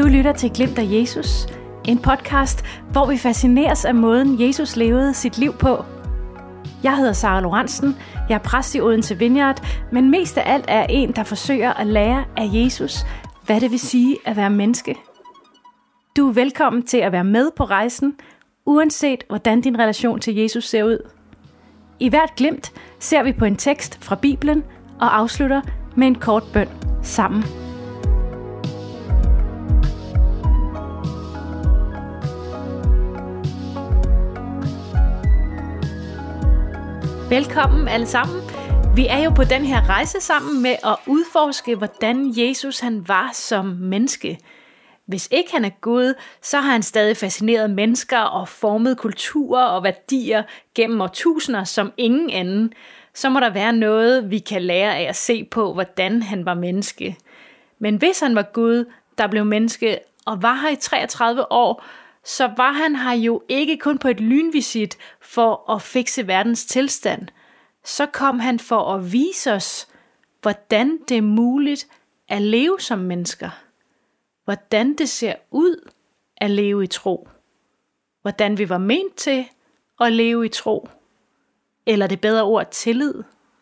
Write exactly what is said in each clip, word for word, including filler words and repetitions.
Du lytter til Glimt af Jesus, en podcast, hvor vi fascineres af måden, Jesus levede sit liv på. Jeg hedder Sara Lorentzen, jeg er præst i Odense Vineyard, men mest af alt er en, der forsøger at lære af Jesus, hvad det vil sige at være menneske. Du er velkommen til at være med på rejsen, uanset hvordan din relation til Jesus ser ud. I hvert glimt ser vi på en tekst fra Bibelen og afslutter med en kort bøn sammen. Velkommen alle sammen. Vi er jo på den her rejse sammen med at udforske, hvordan Jesus han var som menneske. Hvis ikke han er Gud, så har han stadig fascineret mennesker og formet kulturer og værdier gennem årtusinder som ingen anden. Så må der være noget, vi kan lære af at se på, hvordan han var menneske. Men hvis han var Gud, der blev menneske og var her i treogtredive år, så var han her jo ikke kun på et lynvisit for at fikse verdens tilstand. Så kom han for at vise os, hvordan det er muligt at leve som mennesker. Hvordan det ser ud at leve i tro. Hvordan vi var ment til at leve i tro. Eller det bedre ord tillid.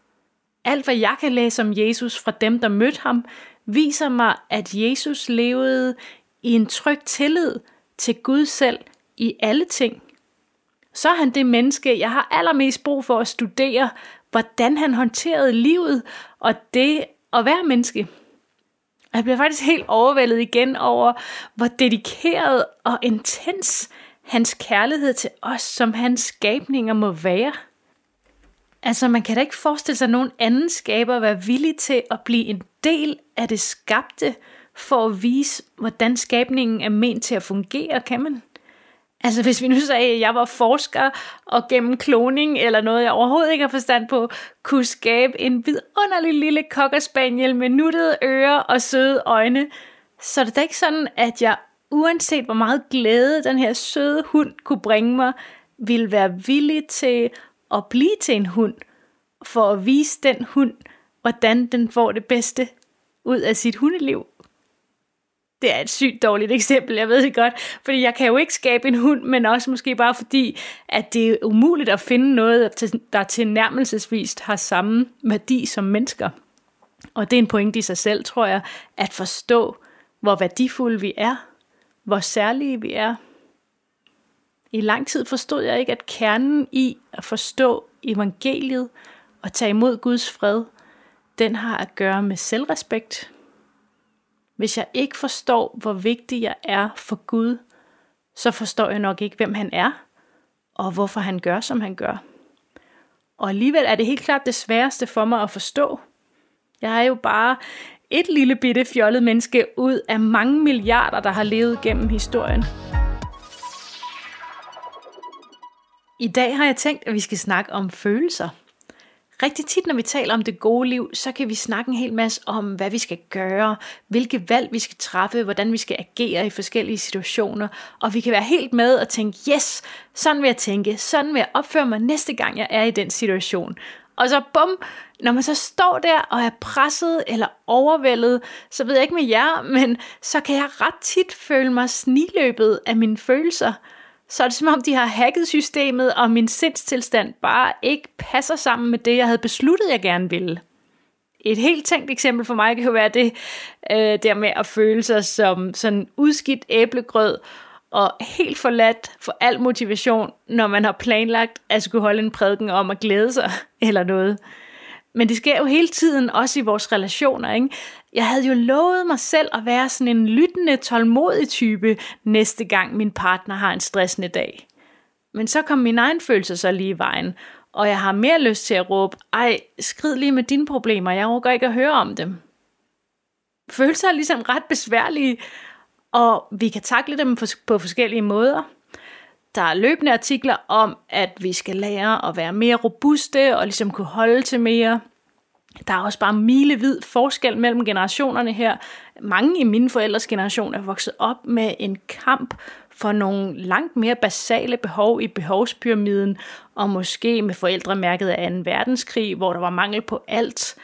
Alt hvad jeg kan læse om Jesus fra dem, der mødte ham, viser mig, at Jesus levede i en tryg tillid til Gud selv i alle ting. Så er han det menneske, jeg har allermest brug for at studere, hvordan han håndterede livet og det at være menneske. Jeg bliver faktisk helt overvældet igen over, hvor dedikeret og intens hans kærlighed til os som hans skabninger må være. Altså man kan da ikke forestille sig nogen anden skaber at være villig til at blive en del af det skabte, for at vise, hvordan skabningen er ment til at fungere, kan man? Altså hvis vi nu sagde, at jeg var forsker, og gennem kloning, eller noget jeg overhovedet ikke har forstand på, kunne skabe en vidunderlig lille cockerspaniel med nuttede ører og søde øjne, så er det da ikke sådan, at jeg uanset hvor meget glæde den her søde hund kunne bringe mig, ville være villig til at blive til en hund, for at vise den hund, hvordan den får det bedste ud af sit hundeliv. Det er et sygt dårligt eksempel, jeg ved det godt, fordi jeg kan jo ikke skabe en hund, men også måske bare fordi, at det er umuligt at finde noget, der tilnærmelsesvist har samme værdi som mennesker. Og det er en pointe i sig selv, tror jeg, at forstå, hvor værdifulde vi er, hvor særlige vi er. I lang tid forstod jeg ikke, at kernen i at forstå evangeliet og tage imod Guds fred, den har at gøre med selvrespekt. Hvis jeg ikke forstår, hvor vigtig jeg er for Gud, så forstår jeg nok ikke, hvem han er, og hvorfor han gør, som han gør. Og alligevel er det helt klart det sværeste for mig at forstå. Jeg er jo bare et lille bitte fjollet menneske ud af mange milliarder, der har levet gennem historien. I dag har jeg tænkt, at vi skal snakke om følelser. Rigtig tit, når vi taler om det gode liv, så kan vi snakke en hel masse om, hvad vi skal gøre, hvilke valg vi skal træffe, hvordan vi skal agere i forskellige situationer. Og vi kan være helt med og tænke, yes, sådan vil jeg tænke, sådan vil jeg opføre mig næste gang, jeg er i den situation. Og så bum, når man så står der og er presset eller overvældet, så ved jeg ikke med jer, men så kan jeg ret tit føle mig sniløbet af mine følelser. Så er det som om, de har hacket systemet, og min sindstilstand bare ikke passer sammen med det, jeg havde besluttet, jeg gerne ville. Et helt tænkt eksempel for mig kan jo være det øh, der med at føle sig som sådan udskidt æblegrød, og helt forladt for al motivation, når man har planlagt at skulle holde en prædiken om at glæde sig eller noget. Men det sker jo hele tiden, også i vores relationer, ikke? Jeg havde jo lovet mig selv at være sådan en lyttende, tålmodig type, næste gang min partner har en stressende dag. Men så kom min egen følelse så lige i vejen, og jeg har mere lyst til at råbe, ej, skrid lige med dine problemer, jeg overgår ikke at høre om dem. Følelser er ligesom ret besværlige, og vi kan takle dem på forskellige måder. Der er løbende artikler om, at vi skal lære at være mere robuste og ligesom kunne holde til mere. Der er også bare milevid forskel mellem generationerne her. Mange i mine forældres generation er vokset op med en kamp for nogle langt mere basale behov i behovspyramiden, og måske med forældremærket af anden verdenskrig, hvor der var mangel på alt. Der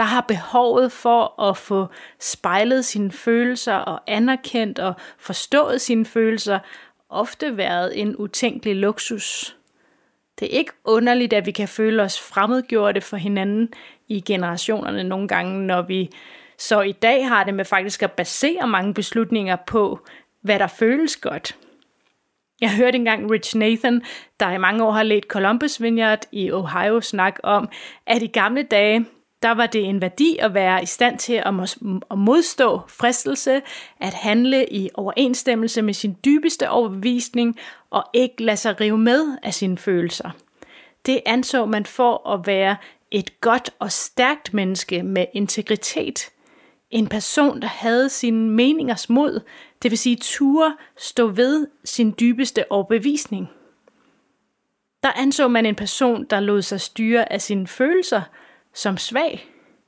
der har behovet for at få spejlet sine følelser og anerkendt og forstået sine følelser ofte været en utænkelig luksus. Det er ikke underligt, at vi kan føle os fremmedgjorte for hinanden i generationerne nogle gange, når vi så i dag har det med faktisk at basere mange beslutninger på, hvad der føles godt. Jeg hørte engang Rich Nathan, der i mange år har ledt Columbus Vineyard i Ohio, snakke om, at i gamle dage, der var det en værdi at være i stand til at modstå fristelse, at handle i overensstemmelse med sin dybeste overbevisning og ikke lade sig rive med af sine følelser. Det anså man for at være et godt og stærkt menneske med integritet. En person, der havde sine meningers mod, det vil sige turde stå ved sin dybeste overbevisning. Der anså man en person, der lod sig styre af sine følelser, som svag.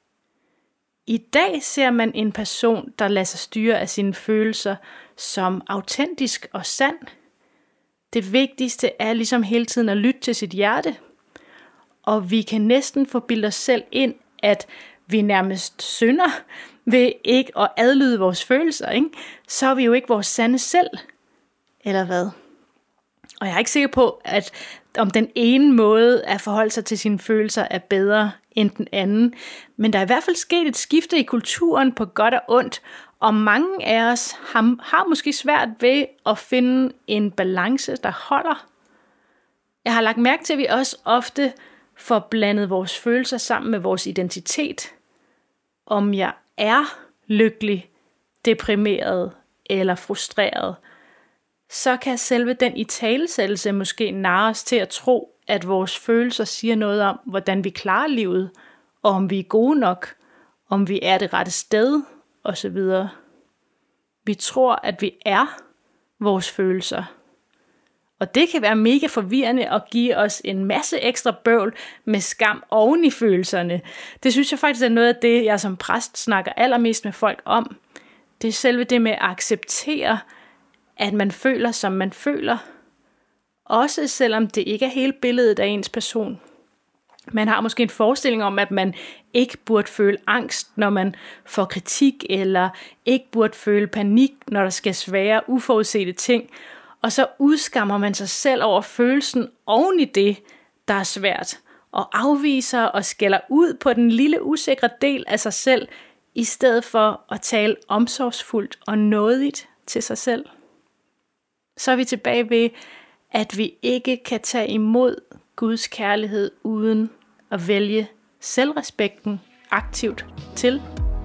I dag ser man en person, der lader sig styre af sine følelser, som autentisk og sand. Det vigtigste er ligesom hele tiden at lytte til sit hjerte. Og vi kan næsten forbilde os selv ind, at vi nærmest synder ved ikke at adlyde vores følelser, ikke? Så er vi jo ikke vores sande selv, eller hvad? Og jeg er ikke sikker på, at om den ene måde at forholde sig til sine følelser er bedre end den anden. Men der er i hvert fald sket et skifte i kulturen på godt og ondt, og mange af os har, har måske svært ved at finde en balance, der holder. Jeg har lagt mærke til, at vi også ofte får blandet vores følelser sammen med vores identitet. Om jeg er lykkelig, deprimeret eller frustreret, så kan selve den italesættelse måske narre os til at tro, at vores følelser siger noget om, hvordan vi klarer livet, og om vi er gode nok, om vi er det rette sted, osv. Vi tror, at vi er vores følelser. Og det kan være mega forvirrende og give os en masse ekstra bøvl med skam oven i følelserne. Det synes jeg faktisk er noget af det, jeg som præst snakker allermest med folk om. Det er selve det med at acceptere, at man føler, som man føler. Også selvom det ikke er hele billedet af ens person. Man har måske en forestilling om, at man ikke burde føle angst, når man får kritik, eller ikke burde føle panik, når der skal svære uforudsete ting. Og så udskammer man sig selv over følelsen oven i det, der er svært, og afviser og skælder ud på den lille usikre del af sig selv, i stedet for at tale omsorgsfuldt og nådigt til sig selv. Så er vi tilbage ved, at vi ikke kan tage imod Guds kærlighed uden at vælge selvrespekten aktivt til.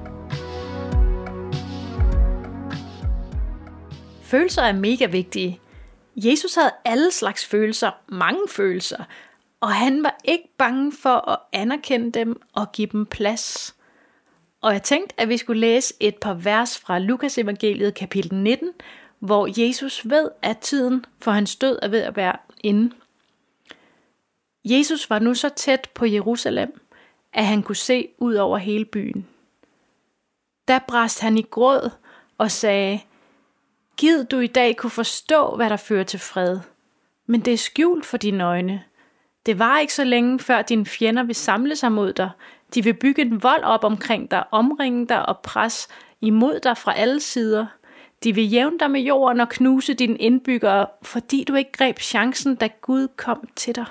Følelser er mega vigtige. Jesus havde alle slags følelser, mange følelser, og han var ikke bange for at anerkende dem og give dem plads. Og jeg tænkte, at vi skulle læse et par vers fra Lukas evangeliet kapitel nitten, hvor Jesus ved, at tiden for hans død er ved at være inde. Jesus var nu så tæt på Jerusalem, at han kunne se ud over hele byen. Da brast han i gråd og sagde: Gid du i dag kunne forstå, hvad der fører til fred, men det er skjult for dine øjne. Det var ikke så længe, før dine fjender vil samle sig mod dig. De vil bygge en vold op omkring dig, omringe dig og presse imod dig fra alle sider. De vil jævne dig med jorden og knuse dine indbyggere, fordi du ikke greb chancen, da Gud kom til dig.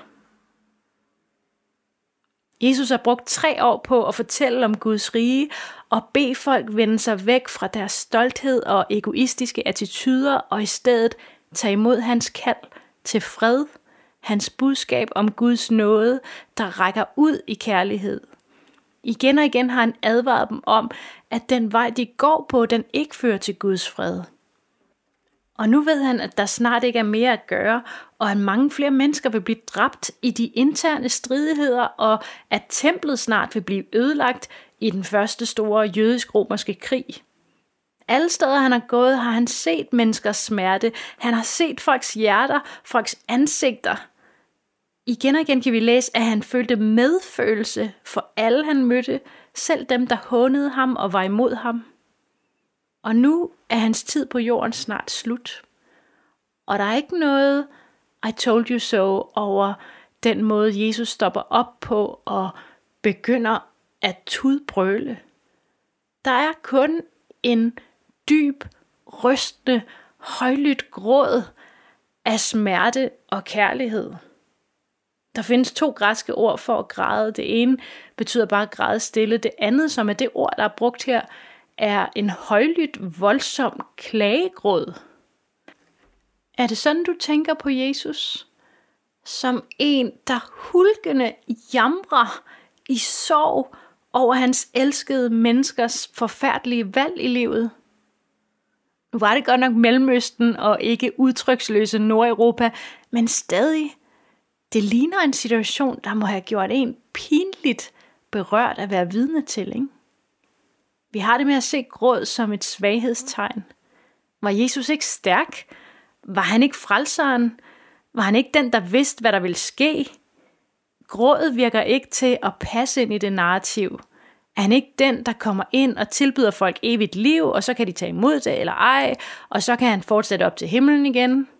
Jesus har brugt tre år på at fortælle om Guds rige og bede folk vende sig væk fra deres stolthed og egoistiske attityder og i stedet tage imod hans kald til fred, hans budskab om Guds nåde, der rækker ud i kærlighed. Igen og igen har han advaret dem om, at den vej de går på, den ikke fører til Guds fred. Og nu ved han, at der snart ikke er mere at gøre, og at mange flere mennesker vil blive dræbt i de interne stridigheder, og at templet snart vil blive ødelagt i den første store jødisk-romerske krig. Alle steder han har gået, har han set menneskers smerte. Han har set folks hjerter, folks ansigter. Igen og igen kan vi læse, at han følte medfølelse for alle han mødte, selv dem der hånede ham og var imod ham. Og nu er hans tid på jorden snart slut. Og der er ikke noget I told you so over den måde Jesus stopper op på og begynder at tudbrøle. Der er kun en dyb, rystende, højlydt gråd af smerte og kærlighed. Der findes to græske ord for at græde. Det ene betyder bare at græde stille. Det andet, som er det ord, der er brugt her, er en højlydt, voldsom klagegråd. Er det sådan, du tænker på Jesus? Som en, der hulkende jamrer i sorg over hans elskede menneskers forfærdelige valg i livet? Nu var det godt nok Mellemøsten og ikke udtryksløse Nordeuropa, men stadig, det ligner en situation, der må have gjort en pinligt berørt at være vidne til, ikke? Vi har det med at se gråd som et svaghedstegn. Var Jesus ikke stærk? Var han ikke frelseren? Var han ikke den, der vidste, hvad der ville ske? Grådet virker ikke til at passe ind i det narrativ. Er han ikke den, der kommer ind og tilbyder folk evigt liv, og så kan de tage imod det eller ej, og så kan han fortsætte op til himlen igen?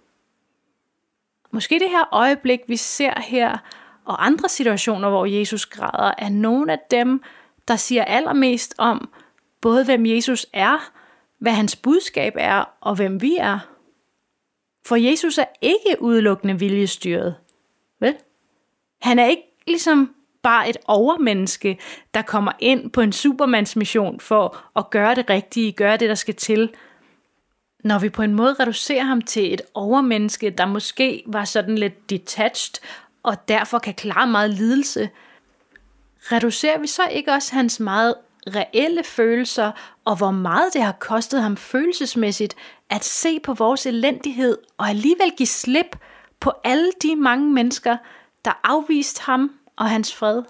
Måske det her øjeblik, vi ser her, og andre situationer, hvor Jesus græder, er nogle af dem, der siger allermest om, både hvem Jesus er, hvad hans budskab er, og hvem vi er. For Jesus er ikke udelukkende viljestyret, vel? Han er ikke ligesom bare et overmenneske, der kommer ind på en supermandsmission for at gøre det rigtige, gøre det, der skal til. Når vi på en måde reducerer ham til et overmenneske, der måske var sådan lidt detached, og derfor kan klare meget lidelse, reducerer vi så ikke også hans meget reelle følelser, og hvor meget det har kostet ham følelsesmæssigt at se på vores elendighed, og alligevel give slip på alle de mange mennesker, der afviste ham og hans fred?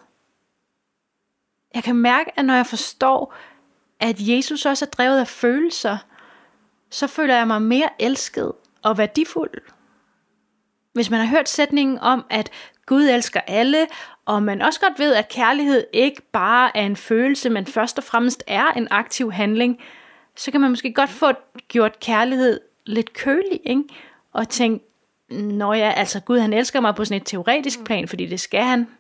Jeg kan mærke, at når jeg forstår, at Jesus også er drevet af følelser, så føler jeg mig mere elsket og værdifuld. Hvis man har hørt sætningen om, at Gud elsker alle, og man også godt ved, at kærlighed ikke bare er en følelse, men først og fremmest er en aktiv handling, så kan man måske godt få gjort kærlighed lidt kølig, ikke? Og tænke, nå ja, altså Gud han elsker mig på sådan et teoretisk plan, fordi det skal han.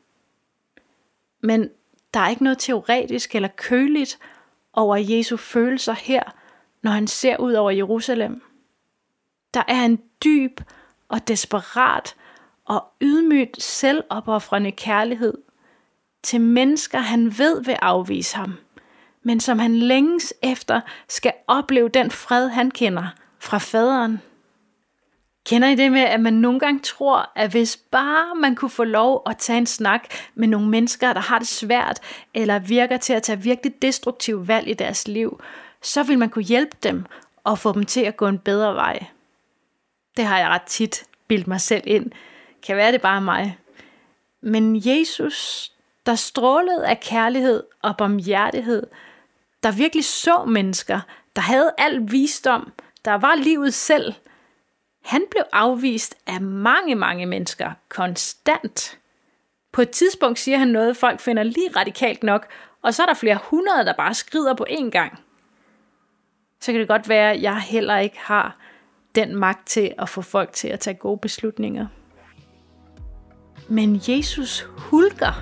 Men der er ikke noget teoretisk eller køligt over Jesu følelser her, når han ser ud over Jerusalem. Der er en dyb og desperat og ydmygt selvopofrende kærlighed til mennesker, han ved vil afvise ham, men som han længes efter skal opleve den fred, han kender fra faderen. Kender I det med, at man nogle gange tror, at hvis bare man kunne få lov at tage en snak med nogle mennesker, der har det svært, eller virker til at tage virkelig destruktive valg i deres liv, så vil man kunne hjælpe dem og få dem til at gå en bedre vej. Det har jeg ret tit bildt mig selv ind. Kan være det bare mig. Men Jesus, der strålede af kærlighed og barmhjertighed, der virkelig så mennesker, der havde al visdom, der var livet selv, han blev afvist af mange, mange mennesker konstant. På et tidspunkt siger han noget, folk finder lige radikalt nok, og så er der flere hundrede, der bare skrider på én gang. Så kan det godt være, at jeg heller ikke har den magt til at få folk til at tage gode beslutninger. Men Jesus hulker.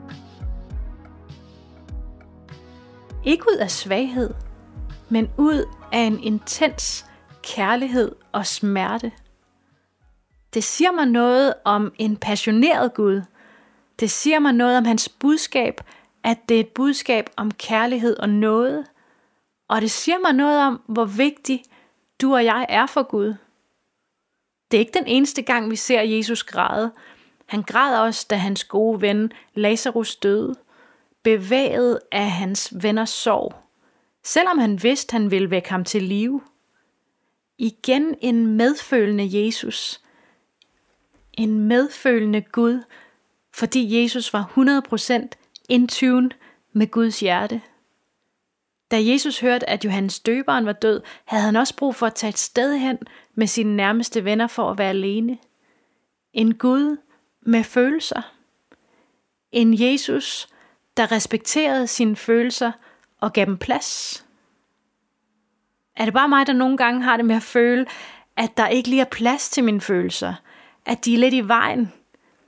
Ikke ud af svaghed, men ud af en intens kærlighed og smerte. Det siger mig noget om en passioneret Gud. Det siger mig noget om hans budskab, at det er et budskab om kærlighed og nåde. Og det siger mig noget om, hvor vigtig du og jeg er for Gud. Det er ikke den eneste gang, vi ser Jesus græde. Han græd også, da hans gode ven Lazarus døde, bevæget af hans venners sorg, selvom han vidste, han ville vække ham til live. Igen en medfølende Jesus. En medfølende Gud, fordi Jesus var hundrede procent in tune med Guds hjerte. Da Jesus hørte, at Johannes Døberen var død, havde han også brug for at tage et sted hen med sine nærmeste venner for at være alene. En Gud med følelser. En Jesus, der respekterede sine følelser og gav dem plads. Er det bare mig, der nogle gange har det med at føle, at der ikke lige er plads til mine følelser? At de er lidt i vejen?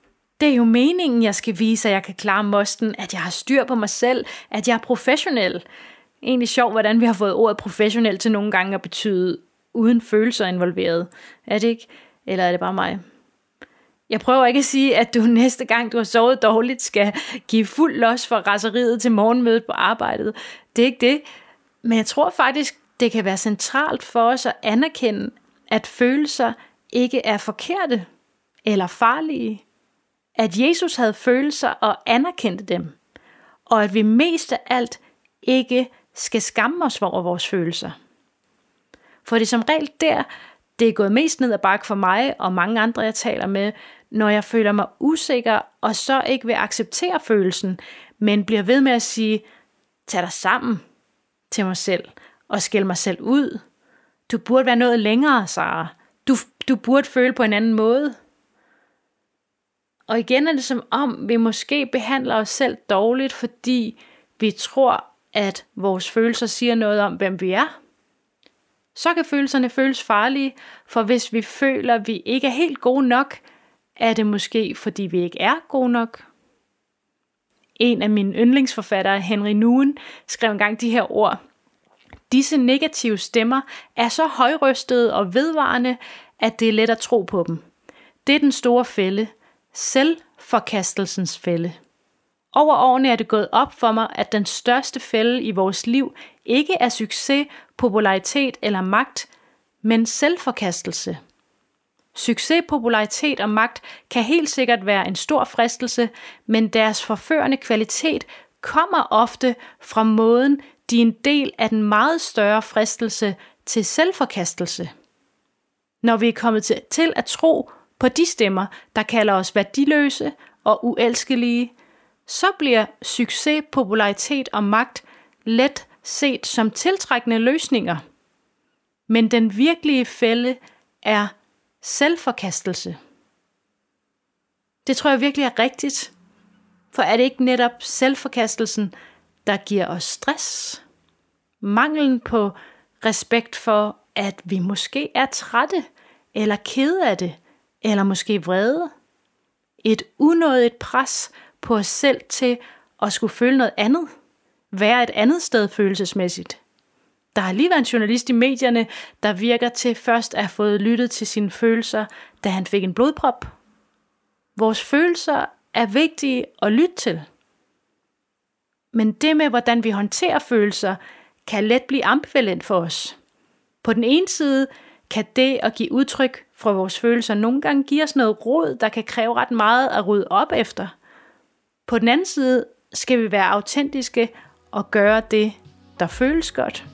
Det er jo meningen, jeg skal vise, at jeg kan klare mosten, at jeg har styr på mig selv, at jeg er professionel. Egentlig sjovt, hvordan vi har fået ordet professionel til nogle gange at betyde uden følelser involveret. Er det ikke? Eller er det bare mig? Jeg prøver ikke at sige, at du næste gang, du har sovet dårligt, skal give fuld los for raseriet til morgenmødet på arbejdet. Det er ikke det. Men jeg tror faktisk, det kan være centralt for os at anerkende, at følelser ikke er forkerte eller farlige. At Jesus havde følelser og anerkendte dem. Og at vi mest af alt ikke skal skamme os over vores følelser. For det er som regel der, det er gået mest ned ad bakke for mig og mange andre, jeg taler med, når jeg føler mig usikker, og så ikke vil acceptere følelsen, men bliver ved med at sige, tag dig sammen til mig selv, og skælde mig selv ud. Du burde være noget længere, Sara. Du, du burde føle på en anden måde. Og igen er det som om, vi måske behandler os selv dårligt, fordi vi tror, at vores følelser siger noget om, hvem vi er. Så kan følelserne føles farlige, for hvis vi føler, at vi ikke er helt gode nok, er det måske, fordi vi ikke er gode nok. En af mine yndlingsforfattere, Henry Nouwen, skrev engang de her ord. Disse negative stemmer er så højrøstede og vedvarende, at det er let at tro på dem. Det er den store fælde, selvforkastelsens fælde. Over årene er det gået op for mig, at den største fælde i vores liv ikke er succes, popularitet eller magt, men selvforkastelse. Succes, popularitet og magt kan helt sikkert være en stor fristelse, men deres forførende kvalitet kommer ofte fra måden, de er en del af den meget større fristelse til selvforkastelse. Når vi er kommet til, til at tro på de stemmer, der kalder os værdiløse og uelskelige, så bliver succes, popularitet og magt let set som tiltrækkende løsninger. Men den virkelige fælde er selvforkastelse. Det tror jeg virkelig er rigtigt. For er det ikke netop selvforkastelsen, der giver os stress? Manglen på respekt for, at vi måske er trætte, eller kede af det, eller måske vrede. Et unødigt pres på os selv til at skulle føle noget andet. Være et andet sted følelsesmæssigt. Der har lige været en journalist i medierne, der virker til først at have fået lyttet til sine følelser, da han fik en blodprop. Vores følelser er vigtige at lytte til. Men det med, hvordan vi håndterer følelser, kan let blive ambivalent for os. På den ene side kan det at give udtryk for vores følelser nogle gange give os noget rod, der kan kræve ret meget at rydde op efter. På den anden side skal vi være autentiske og gøre det, der føles godt.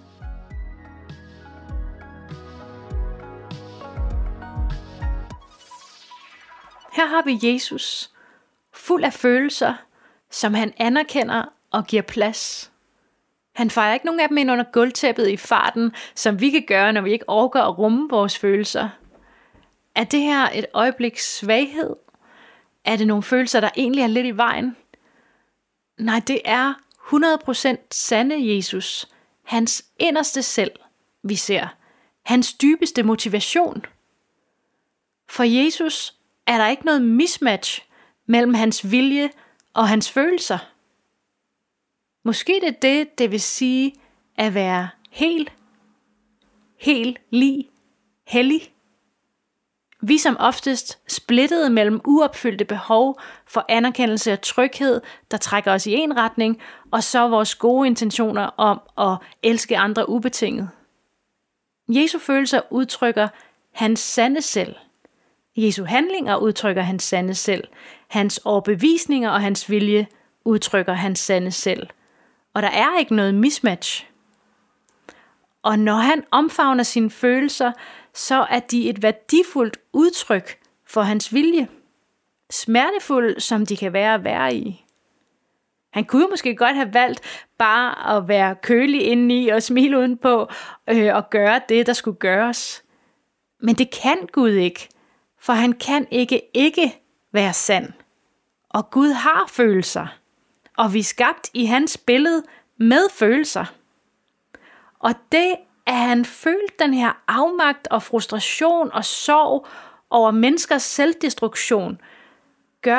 Her har vi Jesus, fuld af følelser, som han anerkender og giver plads. Han fejrer ikke nogen af dem ind under gulvtæppet i farten, som vi kan gøre, når vi ikke orker at rumme vores følelser. Er det her et øjebliks svaghed? Er det nogle følelser, der egentlig er lidt i vejen? Nej, det er hundrede procent sande Jesus, hans inderste selv, vi ser. Hans dybeste motivation. For Jesus er der ikke noget mismatch mellem hans vilje og hans følelser. Måske det er det, det vil sige at være hel, hel, lig, hellig. Vi som oftest splittede mellem uopfyldte behov for anerkendelse og tryghed, der trækker os i en retning, og så vores gode intentioner om at elske andre ubetinget. Jesu følelser udtrykker hans sande selv. Jesu handlinger udtrykker hans sande selv. Hans overbevisninger og hans vilje udtrykker hans sande selv. Og der er ikke noget mismatch. Og når han omfavner sine følelser, så er de et værdifuldt udtryk for hans vilje. Smertefulde, som de kan være at være i. Han kunne jo måske godt have valgt bare at være kølig indeni og smile udenpå øh, og gøre det, der skulle gøres. Men det kan Gud ikke, for han kan ikke ikke være sand. Og Gud har følelser, og vi er skabt i hans billede med følelser. Og det, at han følte den her afmagt og frustration og sorg over menneskers selvdestruktion, gør,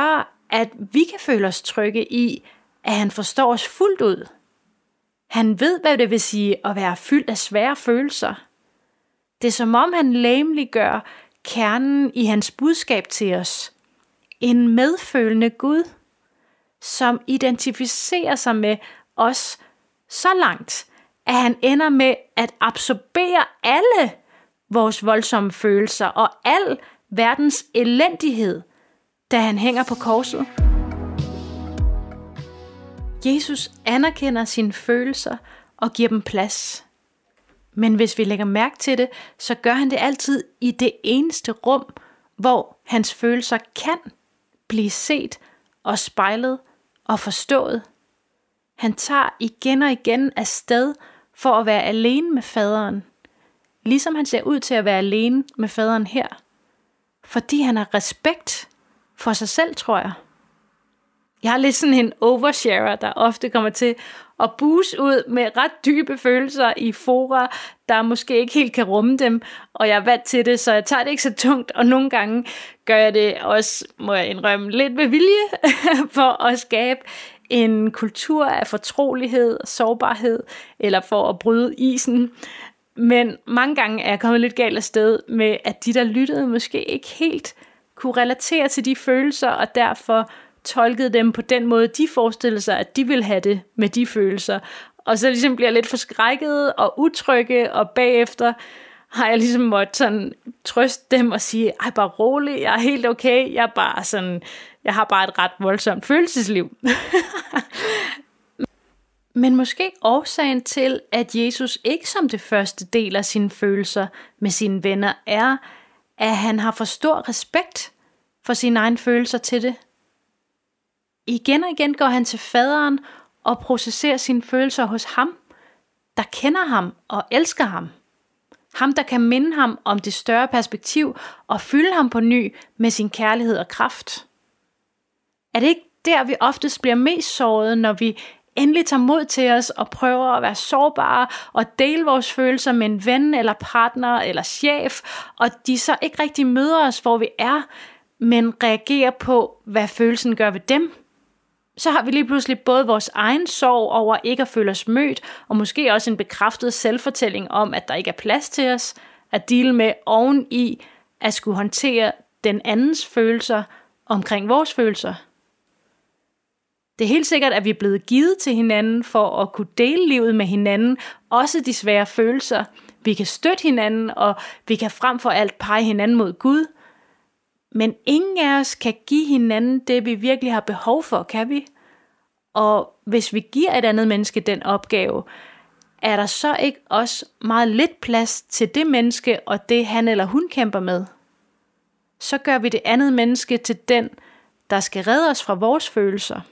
at vi kan føle os trygge i, at han forstår os fuldt ud. Han ved, hvad det vil sige at være fyldt af svære følelser. Det er som om han legemliggør kernen i hans budskab til os. En medfølende Gud, som identificerer sig med os så langt, at han ender med at absorbere alle vores voldsomme følelser og al verdens elendighed, da han hænger på korset. Jesus anerkender sine følelser og giver dem plads. Men hvis vi lægger mærke til det, så gør han det altid i det eneste rum, hvor hans følelser kan blive set og spejlet og forstået. Han tager igen og igen afsted for at være alene med faderen, ligesom han ser ud til at være alene med faderen her. Fordi han har respekt for sig selv, tror jeg. Jeg er lidt sådan en oversharer, der ofte kommer til at buse ud med ret dybe følelser i fora, der måske ikke helt kan rumme dem, og jeg er vant til det, så jeg tager det ikke så tungt, og nogle gange gør jeg det også, må jeg indrømme, lidt med vilje, for at skabe en kultur af fortrolighed og sårbarhed, eller for at bryde isen. Men mange gange er jeg kommet lidt galt afsted med, at de, der lyttede, måske ikke helt kunne relatere til de følelser, og derfor tolkede dem på den måde, de forestillede sig, at de ville have det med de følelser. Og så ligesom bliver jeg lidt forskrækket og utrygge, og bagefter har jeg ligesom måttet sådan trøste dem og sige, ej, bare rolig, jeg er helt okay, jeg er bare sådan, jeg har bare et ret voldsomt følelsesliv. Men måske årsagen til, at Jesus ikke som det første deler sine følelser med sine venner, er, at han har for stor respekt for sine egne følelser til det. Igen og igen går han til faderen og processerer sine følelser hos ham, der kender ham og elsker ham. Ham, der kan minde ham om det større perspektiv og fylde ham på ny med sin kærlighed og kraft. Er det ikke der, vi oftest bliver mest såret, når vi endelig tager mod til os og prøver at være sårbare og dele vores følelser med en ven eller partner eller chef, og de så ikke rigtig møder os, hvor vi er, men reagerer på, hvad følelsen gør ved dem? Så har vi lige pludselig både vores egen sorg over ikke at føle os mødt, og måske også en bekræftet selvfortælling om, at der ikke er plads til os, at dele med oven i at skulle håndtere den andens følelser omkring vores følelser. Det er helt sikkert, at vi er blevet givet til hinanden for at kunne dele livet med hinanden, også de svære følelser. Vi kan støtte hinanden, og vi kan frem for alt pege hinanden mod Gud. Men ingen af os kan give hinanden det, vi virkelig har behov for, kan vi? Og hvis vi giver et andet menneske den opgave, er der så ikke også meget lidt plads til det menneske og det, han eller hun kæmper med? Så gør vi det andet menneske til den, der skal redde os fra vores følelser.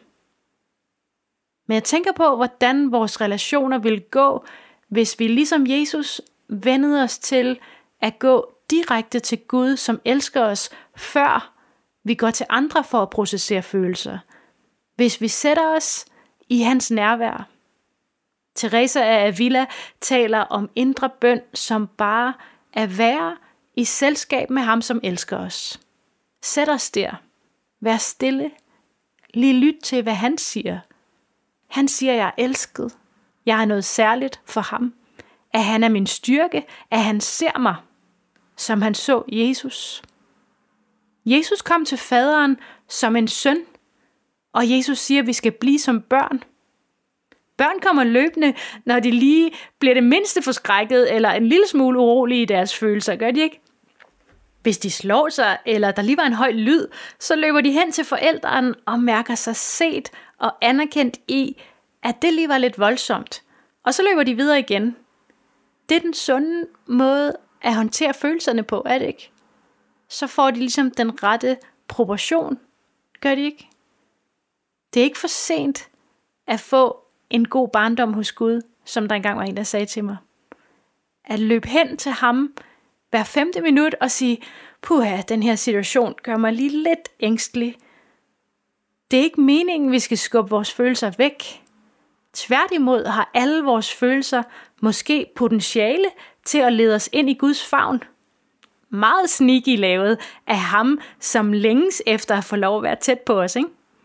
Men jeg tænker på, hvordan vores relationer vil gå, hvis vi ligesom Jesus vendede os til at gå direkte til Gud, som elsker os, før vi går til andre for at processere følelser. Hvis vi sætter os i hans nærvær. Teresa af Avila taler om indre bøn, som bare at være i selskab med ham, som elsker os. Sæt os der. Vær stille. Lige lyt til, hvad han siger. Han siger, jeg er elsket. Jeg er noget særligt for ham. At han er min styrke. At han ser mig, som han så Jesus. Jesus kom til faderen som en søn. Og Jesus siger, at vi skal blive som børn. Børn kommer løbende, når de lige bliver det mindste forskrækket eller en lille smule urolige i deres følelser. Gør de ikke? Hvis de slår sig, eller der lige var en høj lyd, så løber de hen til forældrene og mærker sig set og anerkendt i, at det lige var lidt voldsomt. Og så løber de videre igen. Det er den sunde måde at håndtere følelserne på, er det ikke? Så får de ligesom den rette proportion. Gør de ikke? Det er ikke for sent at få en god barndom hos Gud, som der engang var en, der sagde til mig. At løbe hen til ham hver femte minut og sige, puha, den her situation gør mig lige lidt ængstelig. Det er ikke meningen, vi skal skubbe vores følelser væk. Tværtimod har alle vores følelser måske potentiale til at lede os ind i Guds favn. Meget sneaky lavet af ham, som længes efter at få lov at være tæt på os, ikke?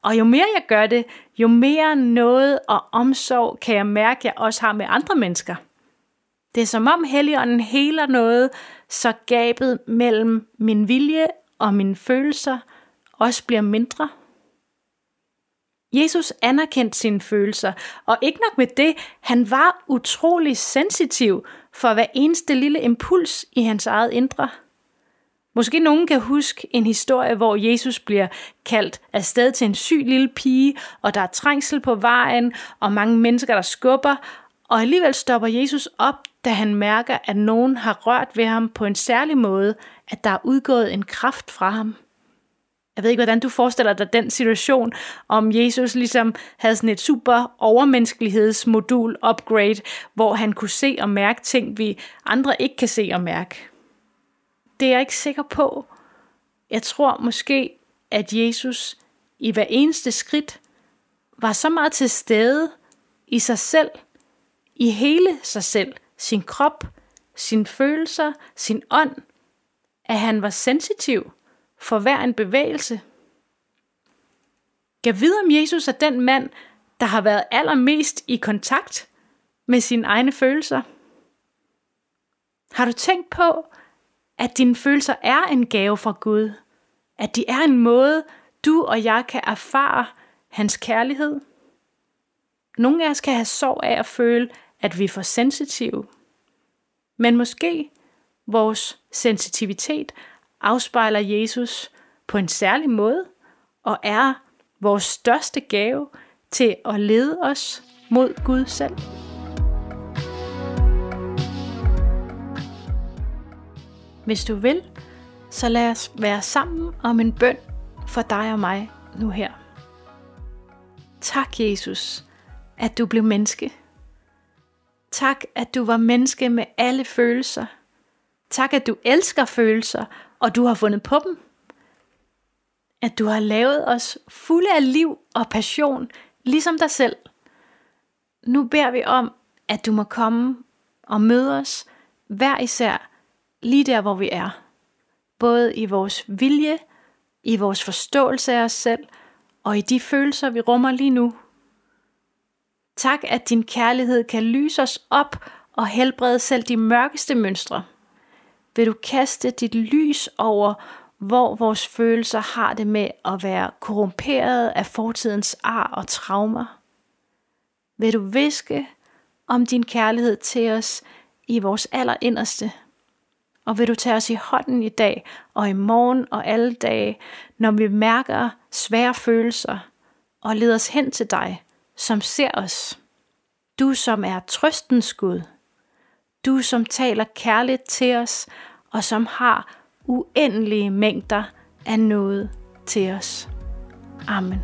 Og jo mere jeg gør det, jo mere noget og omsorg kan jeg mærke, jeg også har med andre mennesker. Det er som om Helligånden heler noget, så gabet mellem min vilje og mine følelser også bliver mindre. Jesus anerkendte sine følelser, og ikke nok med det, han var utrolig sensitiv for hver eneste lille impuls i hans eget indre. Måske nogen kan huske en historie, hvor Jesus bliver kaldt afsted til en syg lille pige, og der er trængsel på vejen, og mange mennesker, der skubber, og alligevel stopper Jesus op, da han mærker, at nogen har rørt ved ham på en særlig måde, at der er udgået en kraft fra ham. Jeg ved ikke, hvordan du forestiller dig den situation, om Jesus ligesom havde sådan et super overmenneskelighedsmodul upgrade, hvor han kunne se og mærke ting, vi andre ikke kan se og mærke. Det er jeg ikke sikker på. Jeg tror måske, at Jesus i hver eneste skridt var så meget til stede i sig selv, i hele sig selv, sin krop, sine følelser, sin ånd, at han var sensitiv for hver en bevægelse. Jeg ved, om Jesus er den mand, der har været allermest i kontakt med sine egne følelser. Har du tænkt på, at dine følelser er en gave fra Gud? At de er en måde, du og jeg kan erfare hans kærlighed? Nogle af os kan have sorg af at føle, at vi er for sensitive. Men måske vores sensitivitet afspejler Jesus på en særlig måde, og er vores største gave til at lede os mod Gud selv. Hvis du vil, så lad os være sammen om en bøn for dig og mig nu her. Tak, Jesus, at du blev menneske. Tak, at du var menneske med alle følelser. Tak, at du elsker følelser, og du har fundet på dem. At du har lavet os fulde af liv og passion, ligesom dig selv. Nu beder vi om, at du må komme og møde os hver især, lige der hvor vi er. Både i vores vilje, i vores forståelse af os selv, og i de følelser vi rummer lige nu. Tak, at din kærlighed kan lyse os op og helbrede selv de mørkeste mønstre. Vil du kaste dit lys over, hvor vores følelser har det med at være korrumperet af fortidens ar og traumer? Vil du hviske om din kærlighed til os i vores allerinderste? Og vil du tage os i hånden i dag og i morgen og alle dage, når vi mærker svære følelser, og leder os hen til dig, som ser os? Du som er trøstens Gud. Du som taler kærligt til os, og som har uendelige mængder af nåde til os. Amen.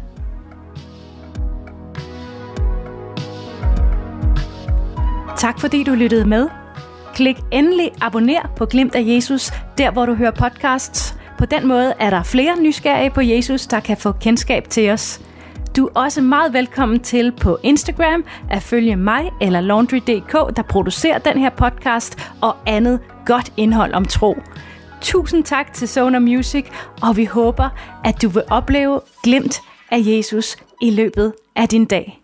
Tak fordi du lyttede med. Klik endelig abonner på Glimt af Jesus, der hvor du hører podcasts. På den måde er der flere nysgerrige på Jesus, der kan få kendskab til os. Du er også meget velkommen til på Instagram at følge mig eller Laundry punktum d k, der producerer den her podcast og andet godt indhold om tro. Tusind tak til Sonar Music, og vi håber, at du vil opleve glimt af Jesus i løbet af din dag.